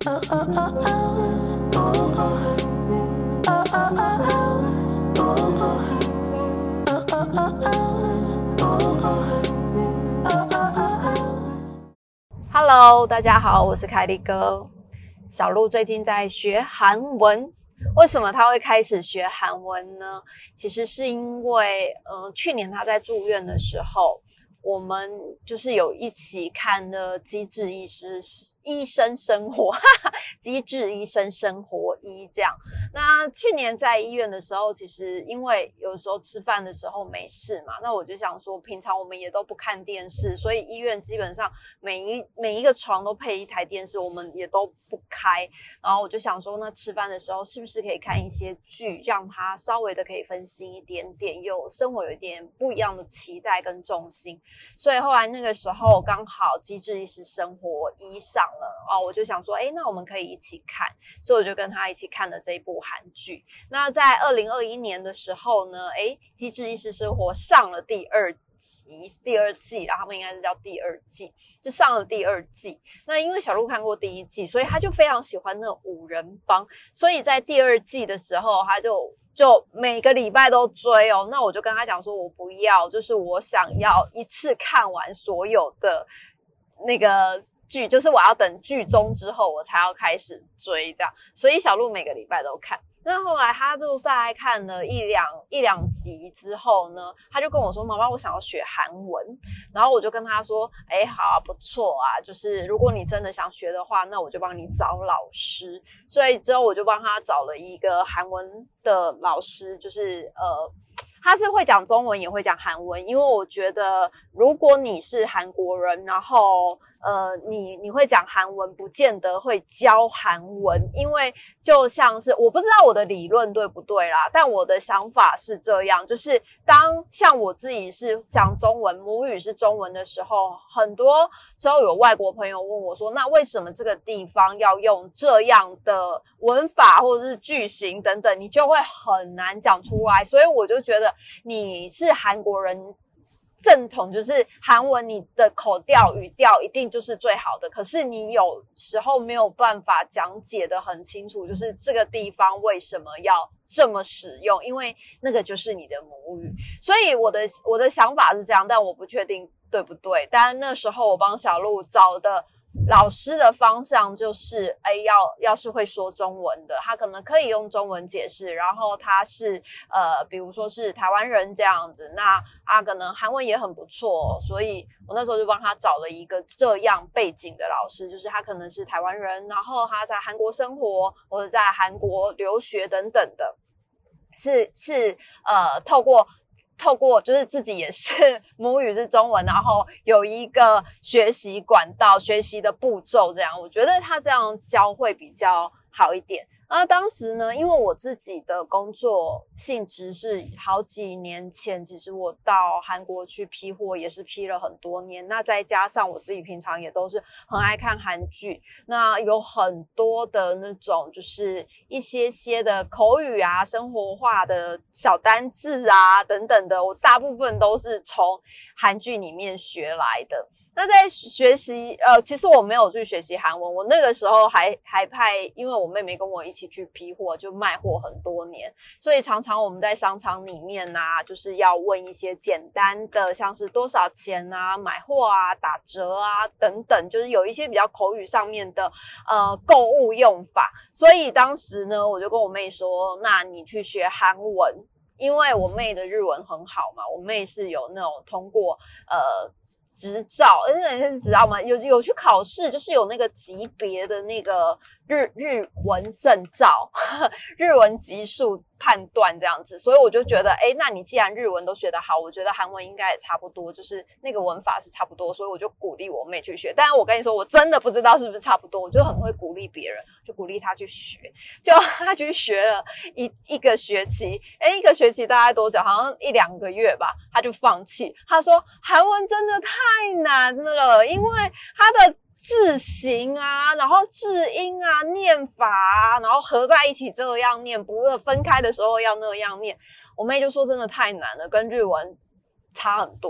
Hello， 大家好，我是凯莉哥。小鹿最近在学韩文，为什么他会开始学韩文呢？其实是因为去年他在住院的时候，我们就是有一起看的《机智医生生活》机智医生生活1这样。那去年在医院的时候，其实因为有时候吃饭的时候没事嘛，那我就想说平常我们也都不看电视，所以医院基本上每一个床都配一台电视，我们也都不开。然后我就想说，那吃饭的时候是不是可以看一些剧，让他稍微的可以分心一点点，生活有一点不一样的期待跟重心。所以后来那个时候刚好《机智医师生活1》上了哦，我就想说，那我们可以一起看，所以我就跟他一起看了这一部韩剧。那在2021年的时候呢，《机智医师生活》上了第二季，然后他们应该是叫第二季，就上了第二季。那因为小鹿看过第一季，所以他就非常喜欢那种5人帮，所以在第二季的时候，他就每个礼拜都追哦。那我就跟他讲说，我不要，就是我想要一次看完所有的那个剧，就是我要等剧终之后我才要开始追这样。所以小鹿每个礼拜都看。那后来他就大概看了一两集之后呢，他就跟我说，妈妈，我想要学韩文。然后我就跟他说，好啊，不错啊，就是如果你真的想学的话，那我就帮你找老师。所以之后我就帮他找了一个韩文的老师，就是他是会讲中文也会讲韩文，因为我觉得如果你是韩国人，然后你会讲韩文，不见得会教韩文，因为就像是我不知道我的理论对不对啦，但我的想法是这样，就是当像我自己是讲中文，母语是中文的时候，很多时候有外国朋友问我说，那为什么这个地方要用这样的文法或者是句型等等，你就会很难讲出来。所以我就觉得你是韩国人，正统就是韩文，你的口调语调一定就是最好的，可是你有时候没有办法讲解得很清楚，就是这个地方为什么要这么使用，因为那个就是你的母语。所以我的想法是这样，但我不确定对不对。但那时候我帮小鹿找的老师的方向就是要是会说中文的，他可能可以用中文解释，然后他是比如说是台湾人这样子，那可能韩文也很不错，所以我那时候就帮他找了一个这样背景的老师，就是他可能是台湾人，然后他在韩国生活或者在韩国留学等等的，是透过就是自己也是母语是中文，然后有一个学习管道、学习的步骤这样，我觉得他这样教会比较好一点。那当时呢，因为我自己的工作性质是好几年前，其实我到韩国去批货也是批了很多年，那再加上我自己平常也都是很爱看韩剧，那有很多的那种就是一些的口语啊、生活化的小单字啊等等的，我大部分都是从韩剧里面学来的。那在学习其实我没有去学习韩文，我那个时候还派，因为我妹妹跟我一起去批货，就卖货很多年，所以常常我们在商场里面啊，就是要问一些简单的，像是多少钱啊、买货啊、打折啊等等，就是有一些比较口语上面的购物用法。所以当时呢，我就跟我妹说，那你去学韩文，因为我妹的日文很好嘛，我妹是有那种通过执照，是执照吗？有去考试，就是有那个级别的那个日文证照，日文级数判断这样子，所以我就觉得，那你既然日文都学得好，我觉得韩文应该也差不多，就是那个文法是差不多，所以我就鼓励我妹去学。但是我跟你说，我真的不知道是不是差不多，我就很会鼓励别人，就鼓励她去学，就她去学了一个学期，一个学期大概多久？好像1-2个月吧，她就放弃。她说韩文真的太难了，因为它的字形啊，然后字音啊、念法啊，然后合在一起这样念，不是分开的时候要那样念。我妹就说真的太难了，跟日文差很多。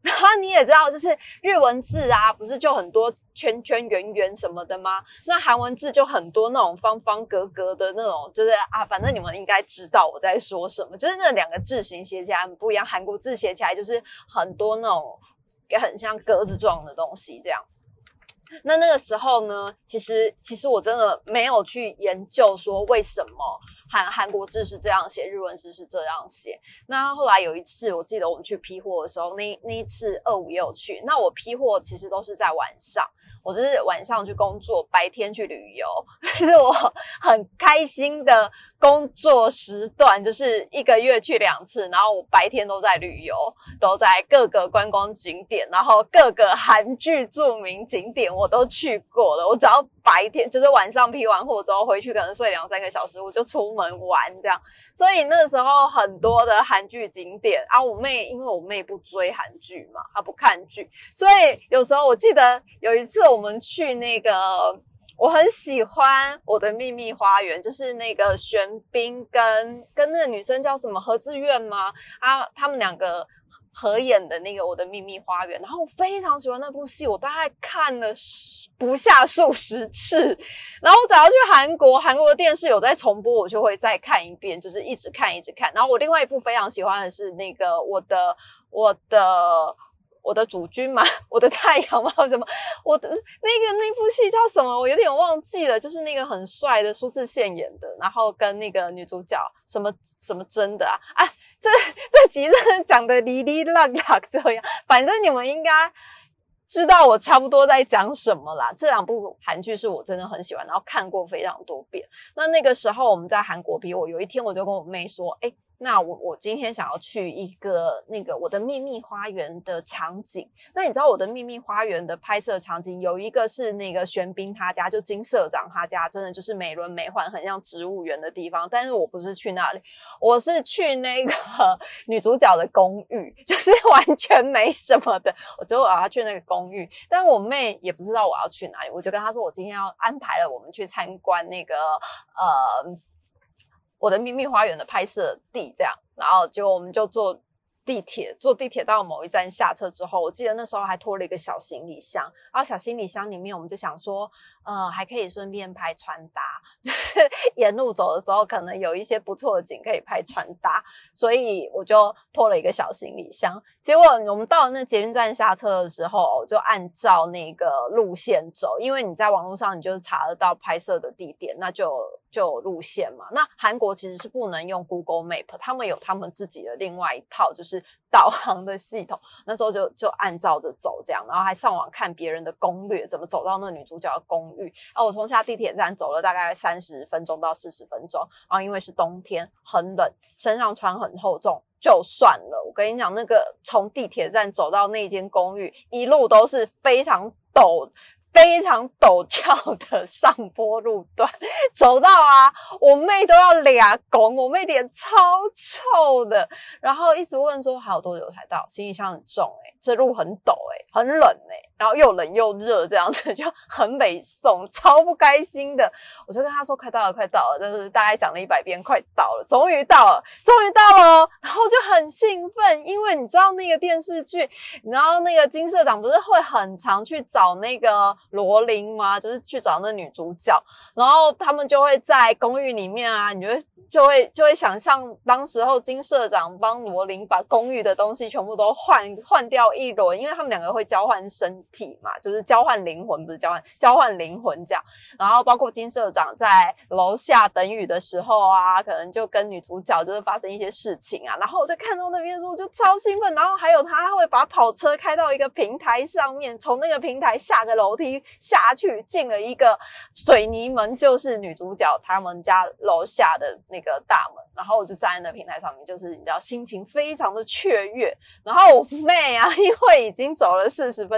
然后你也知道，就是日文字啊，不是就很多圈圈圆圆什么的吗？那韩文字就很多那种方方格格的那种，就是啊，反正你们应该知道我在说什么。就是那两个字形写起来很不一样，韩国字写起来就是很多那种很像格子状的东西这样。那个时候呢，其实我真的没有去研究说为什么韩国字是这样写，日文字是这样写。那后来有一次，我记得我们去批货的时候，那一次25也有去。那我批货其实都是在晚上，我就是晚上去工作，白天去旅游，就是我很开心的工作时段，就是1个月去2次，然后我白天都在旅游，都在各个观光景点，然后各个韩剧著名景点我都去过了。我只要白天就是晚上批完货之后回去，可能睡2-3个小时，我就出门玩这样。所以那时候很多的韩剧景点啊，因为我妹不追韩剧嘛，她不看剧，所以有时候我记得有一次我们去那个，我很喜欢我的秘密花园，就是那个玄彬跟那个女生叫什么何志苑吗？啊，他们两个合演的那个我的秘密花园，然后我非常喜欢那部戏，我大概看了不下数十次。然后我只要去韩国的电视有在重播，我就会再看一遍，就是一直看。然后我另外一部非常喜欢的是那个我的主君嘛，我的太阳嘛，什么我的那部戏叫什么？我有点忘记了，就是那个很帅的苏志燮演的，然后跟那个女主角什么真的啊，这集真的讲的哩哩啦啦这样，反正你们应该知道我差不多在讲什么啦。这2部韩剧是我真的很喜欢，然后看过非常多遍。那个时候我们在韩国批，我有一天我就跟我妹说，那我今天想要去一个那个我的秘密花园的场景。那你知道我的秘密花园的拍摄场景有一个是那个玄彬他家，就金社长他家，真的就是美轮美奂很像植物园的地方。但是我不是去那里，我是去那个女主角的公寓，就是完全没什么的。我要去那个公寓，但我妹也不知道我要去哪里，我就跟她说我今天要安排了我们去参观那个我的秘密花园的拍摄地这样。然后结果我们就坐地铁到某一站下车之后，我记得那时候还拖了一个小行李箱，然后小行李箱里面我们就想说还可以顺便拍穿搭，就是沿路走的时候可能有一些不错的景可以拍穿搭，所以我就拖了一个小行李箱。结果我们到了那捷运站下车的时候，我就按照那个路线走，因为你在网络上你就查得到拍摄的地点，那就有路线嘛。那韩国其实是不能用 Google Map， 他们有他们自己的另外一套就是导航的系统。那时候就按照着走这样，然后还上网看别人的攻略，怎么走到那女主角的公寓。我从下地铁站走了大概30分钟到40分钟，然后因为是冬天很冷，身上穿很厚重就算了。我跟你讲，那个从地铁站走到那间公寓一路都是非常陡峭的上坡路段，走到我妹都要俩拱，我妹脸超臭的，然后一直问说还有多久才到，行李箱很重这路很陡很冷然后又冷又热这样子，就很北宋，超不开心的。我就跟她说快到了，就是大概讲了100遍快到了，终于到了哦，然后就很兴奋，因为你知道那个电视剧，你知道那个金社长不是会很常去找那个罗琳吗？就是去找那女主角，然后他们就会在公寓里面你就会想象当时候金社长帮罗琳把公寓的东西全部都换掉一轮，因为他们2个会交换身体嘛，就是交换灵魂，不是交换灵魂这样。然后包括金社长在楼下等雨的时候可能就跟女主角就是发生一些事情然后我就看到那边的时候就超兴奋，然后还有他会把跑车开到一个平台上面，从那个平台下个楼梯下去，进了一个水泥门，就是女主角他们家楼下的那个大门。然后我就站在那平台上面，就是你知道心情非常的雀跃。然后我妹因为已经走了40分钟的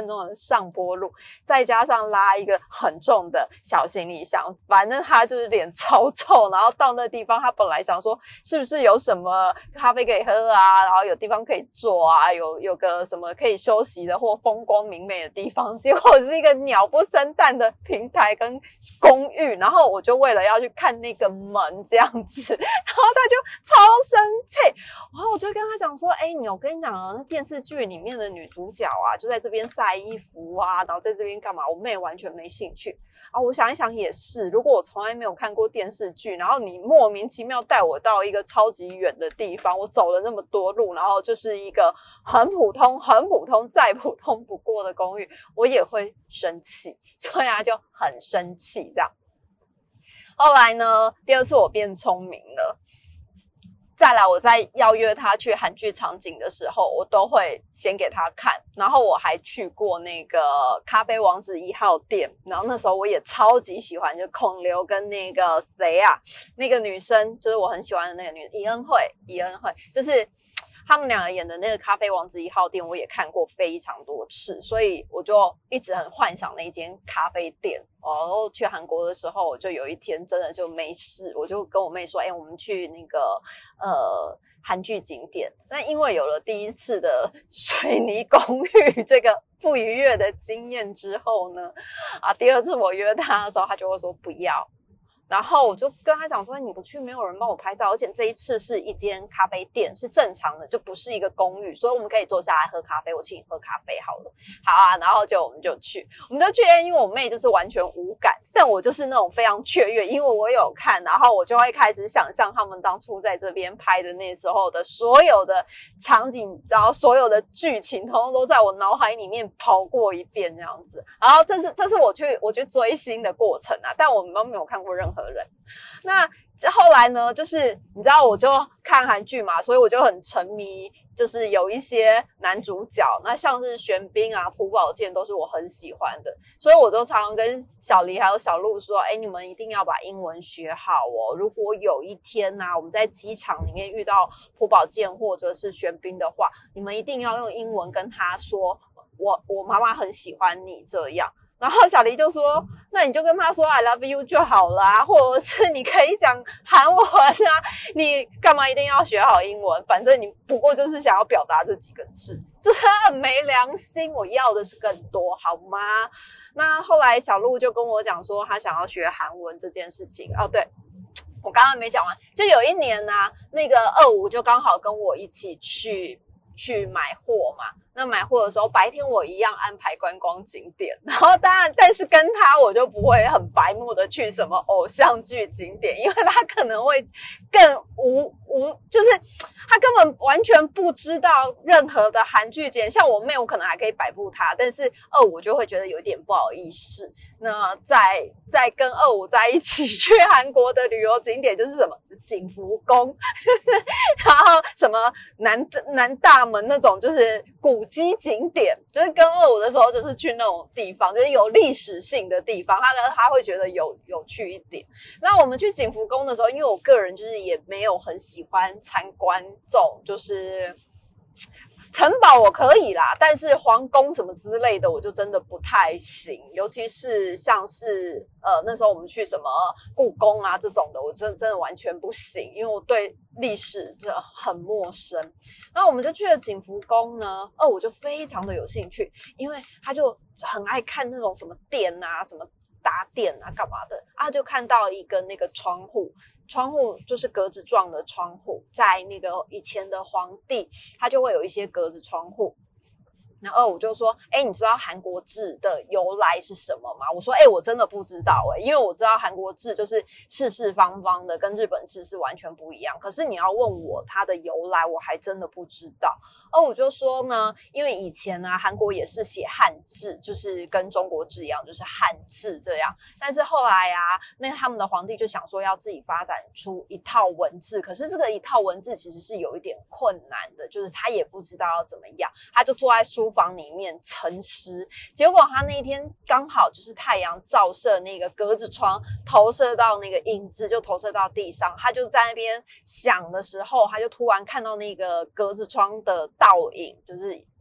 上坡路，再加上拉一个很重的小行李箱，反正他就是脸超臭。然后到那地方，他本来想说是不是有什么咖啡可以喝啊，然后有地方可以坐啊，有个什么可以休息的或风光明媚的地方，结果是一个鸟不生蛋的平台跟公寓。然后我就为了要去看那个门这样子，然后他就超生气，然后我就跟他讲说，我跟你讲啊，那电视剧里面的女主角啊，就在这边晒衣服啊，然后在这边干嘛？我妹完全没兴趣。啊，我想一想也是，如果我从来没有看过电视剧，然后你莫名其妙带我到一个超级远的地方，我走了那么多路，然后就是一个很普通、很普通、再普通不过的公寓，我也会生气，所以就很生气这样。后来呢，第二次我变聪明了。再来，我在要约他去韩剧场景的时候，我都会先给他看。然后我还去过那个咖啡王子1号店，然后那时候我也超级喜欢，就孔刘跟那个谁啊，那个女生，就是我很喜欢的那个女李恩惠，就是他们两个演的那个咖啡王子1号店，我也看过非常多次，所以我就一直很幻想那间咖啡店。然后去韩国的时候，我就有一天真的就没事，我就跟我妹说，我们去那个韩剧景点。那因为有了第一次的水泥公寓这个不愉悦的经验之后呢，第二次我约他的时候，他就会说不要。然后我就跟他讲说，你不去没有人帮我拍照，而且这一次是一间咖啡店，是正常的，就不是一个公寓，所以我们可以坐下来喝咖啡，我请你喝咖啡好了。好啊，然后我们就去，因为我妹就是完全无感，但我就是那种非常雀跃，因为我有看，然后我就会开始想象他们当初在这边拍的那时候的所有的场景，然后所有的剧情通通都在我脑海里面跑过一遍这样子。然后这是我去追星的过程啊，但我们都没有看过任何人。那后来呢，就是你知道我就看韩剧嘛，所以我就很沉迷，就是有一些男主角，那像是玄彬啊、朴宝剑都是我很喜欢的，所以我就常常跟小黎还有小鹿说，你们一定要把英文学好哦。如果有一天啊，我们在机场里面遇到朴宝剑或者是玄彬的话，你们一定要用英文跟他说，我妈妈很喜欢你这样。然后小黎就说，那你就跟他说 I love you 就好啦，或者是你可以讲韩文啊，你干嘛一定要学好英文？反正你不过就是想要表达这几个字，就是很没良心，我要的是更多好吗？那后来小鹿就跟我讲说他想要学韩文这件事情。哦对，我刚刚没讲完，就有一年啊，那个25就刚好跟我一起去买货嘛。那买货的时候，白天我一样安排观光景点，然后当然，但是跟他我就不会很白目的去什么偶像剧景点，因为他可能会更就是他根本完全不知道任何的韩剧景点。像我妹，我可能还可以摆布他，但是25就会觉得有点不好意思。那在跟25在一起去韩国的旅游景点就是什么景福宫，然后什么南大门那种就是古迹景点，就是跟25的时候就是去那种地方，就是有历史性的地方，他会觉得有趣一点。那我们去景福宫的时候，因为我个人就是也没有很喜欢参观这种就是城堡我可以啦，但是皇宫什么之类的我就真的不太行，尤其是像是那时候我们去什么故宫啊这种的，我真的完全不行，因为我对历史真的很陌生。然后我们就去了景福宫呢，我就非常的有兴趣，因为他就很爱看那种什么殿啊、什么大殿啊干嘛的啊，就看到一个那个窗户就是格子状的窗户，在那个以前的皇帝他就会有一些格子窗户。然后我就说，你知道韩国制的由来是什么吗？我说，我真的不知道因为我知道韩国制就是四四方方的，跟日本制是完全不一样。可是你要问我它的由来，我还真的不知道。我就说呢，因为以前呢，韩国也是写汉字，就是跟中国制一样，就是汉字这样。但是后来啊，那他们的皇帝就想说要自己发展出一套文字，可是这个一套文字其实是有一点困难的，就是他也不知道要怎么样，他就坐在书房里面沉思。结果他那一天刚好就是太阳照射那个格子窗，投射到那个影子就投射到地上，他就在那边想的时候，他就突然看到那个格子窗的倒影，就是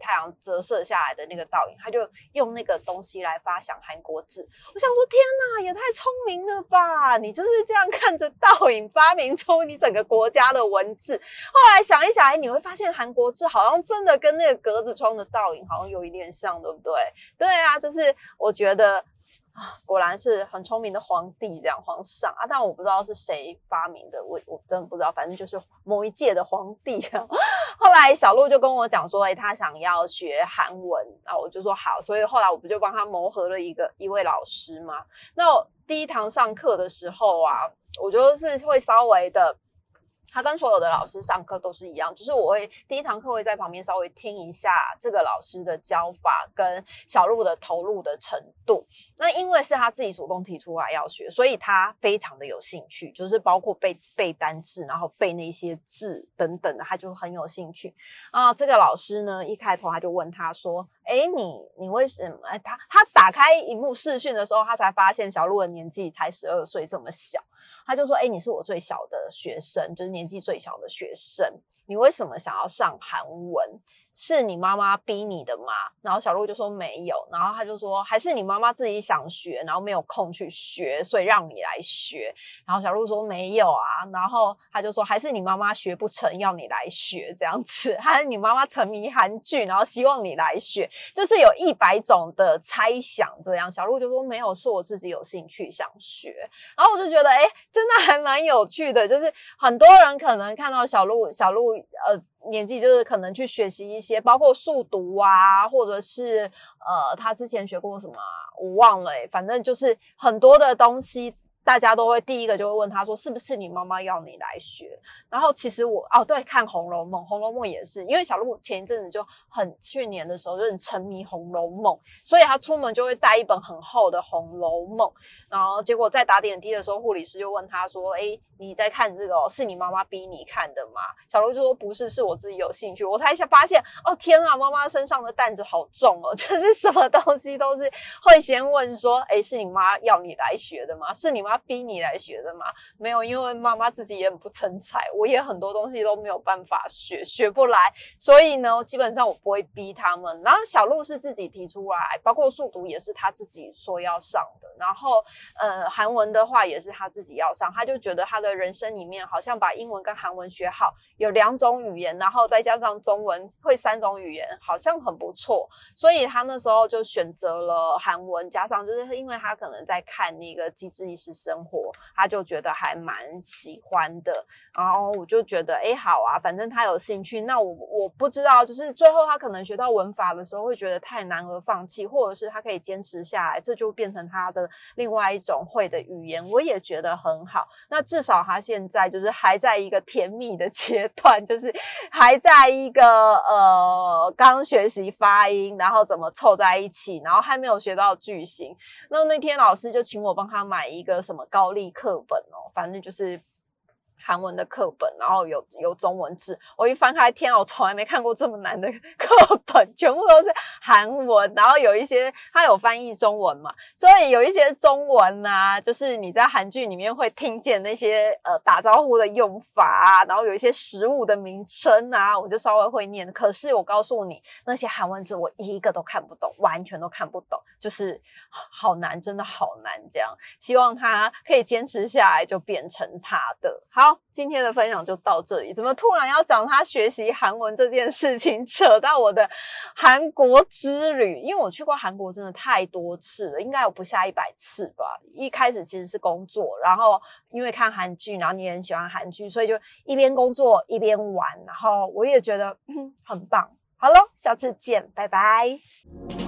太阳折射下来的那个倒影，他就用那个东西来发想韩国字。我想说，天哪，也太聪明了吧！你就是这样看着倒影发明出你整个国家的文字。后来想一想，你会发现韩国字好像真的跟那个格子窗的倒影好像有一点像，对不对？对啊，就是我觉得果然是很聪明的皇帝，这样皇上啊，但我不知道是谁发明的，我真的不知道，反正就是某一届的皇帝这样。后来小鹿就跟我讲说，他想要学韩文，然后我就说好，所以后来我不就帮他谋合了一位老师嘛。那我第一堂上课的时候啊，我就是会稍微的。他跟所有的老师上课都是一样，就是我会第一堂课会在旁边稍微听一下这个老师的教法跟小鹿的投入的程度。那因为是他自己主动提出来要学，所以他非常的有兴趣，就是包括背单字，然后背那些字等等的，他就很有兴趣啊。这个老师呢，一开头他就问他说：“你为什么？”他打开荧幕视讯的时候，他才发现小鹿的年纪才12岁这么小。他就说：“你是我最小的学生，就是年纪最小的学生，你为什么想要上韩文？是你妈妈逼你的吗？”然后小鹿就说没有，然后他就说还是你妈妈自己想学，然后没有空去学，所以让你来学。然后小鹿说没有啊，然后他就说还是你妈妈学不成要你来学这样子，还是你妈妈沉迷韩剧，然后希望你来学，就是有100种的猜想这样。小鹿就说没有，是我自己有兴趣想学。然后我就觉得真的还蛮有趣的，就是很多人可能看到小鹿年纪就是可能去学习一些包括速读啊，或者是他之前学过什么我忘了反正就是很多的东西大家都会第一个就会问他说是不是你妈妈要你来学。然后其实我对看红楼梦，红楼梦也是因为小鹿前一阵子就去年的时候就很沉迷红楼梦，所以他出门就会带一本很厚的红楼梦。然后结果在打点滴的时候护理师就问他说你在看这个是你妈妈逼你看的吗？小鹿就说不是，是我自己有兴趣。我才发现天啊，妈妈身上的担子好重就是什么东西都是会先问说是你妈要你来学的吗？是你妈逼你来学的吗？没有，因为妈妈自己也很不成才，我也很多东西都没有办法学不来，所以呢基本上我不会逼他们。然后小鹿是自己提出来，包括速读也是他自己说要上的，然后韩文的话也是他自己要上，他就觉得他的人生里面好像把英文跟韩文学好，有2种语言，然后再加上中文会3种语言，好像很不错，所以他那时候就选择了韩文，加上就是因为他可能在看那个机智医师生活，他就觉得还蛮喜欢的。然后我就觉得好啊，反正他有兴趣，那我不知道就是最后他可能学到文法的时候会觉得太难而放弃，或者是他可以坚持下来，这就变成他的另外一种会的语言，我也觉得很好。那至少他现在就是还在一个甜蜜的阶段，就是还在一个刚学习发音，然后怎么凑在一起，然后还没有学到句型。那天老师就请我帮他买一个什么高力课本反正就是韩文的课本，然后有中文字。我一翻开，天啊，我从来没看过这么难的课本，全部都是韩文，然后有一些它有翻译中文嘛，所以有一些中文啊，就是你在韩剧里面会听见那些打招呼的用法啊，然后有一些食物的名称啊，我就稍微会念。可是我告诉你，那些韩文字我一个都看不懂，完全都看不懂，就是好难，真的好难这样。希望他可以坚持下来，就变成他的。好，今天的分享就到这里。怎么突然要讲他学习韩文这件事情，扯到我的韩国之旅？因为我去过韩国真的太多次了，应该有不下100次吧。一开始其实是工作，然后因为看韩剧，然后你也很喜欢韩剧，所以就一边工作一边玩，然后我也觉得很棒。好咯，下次见，拜拜。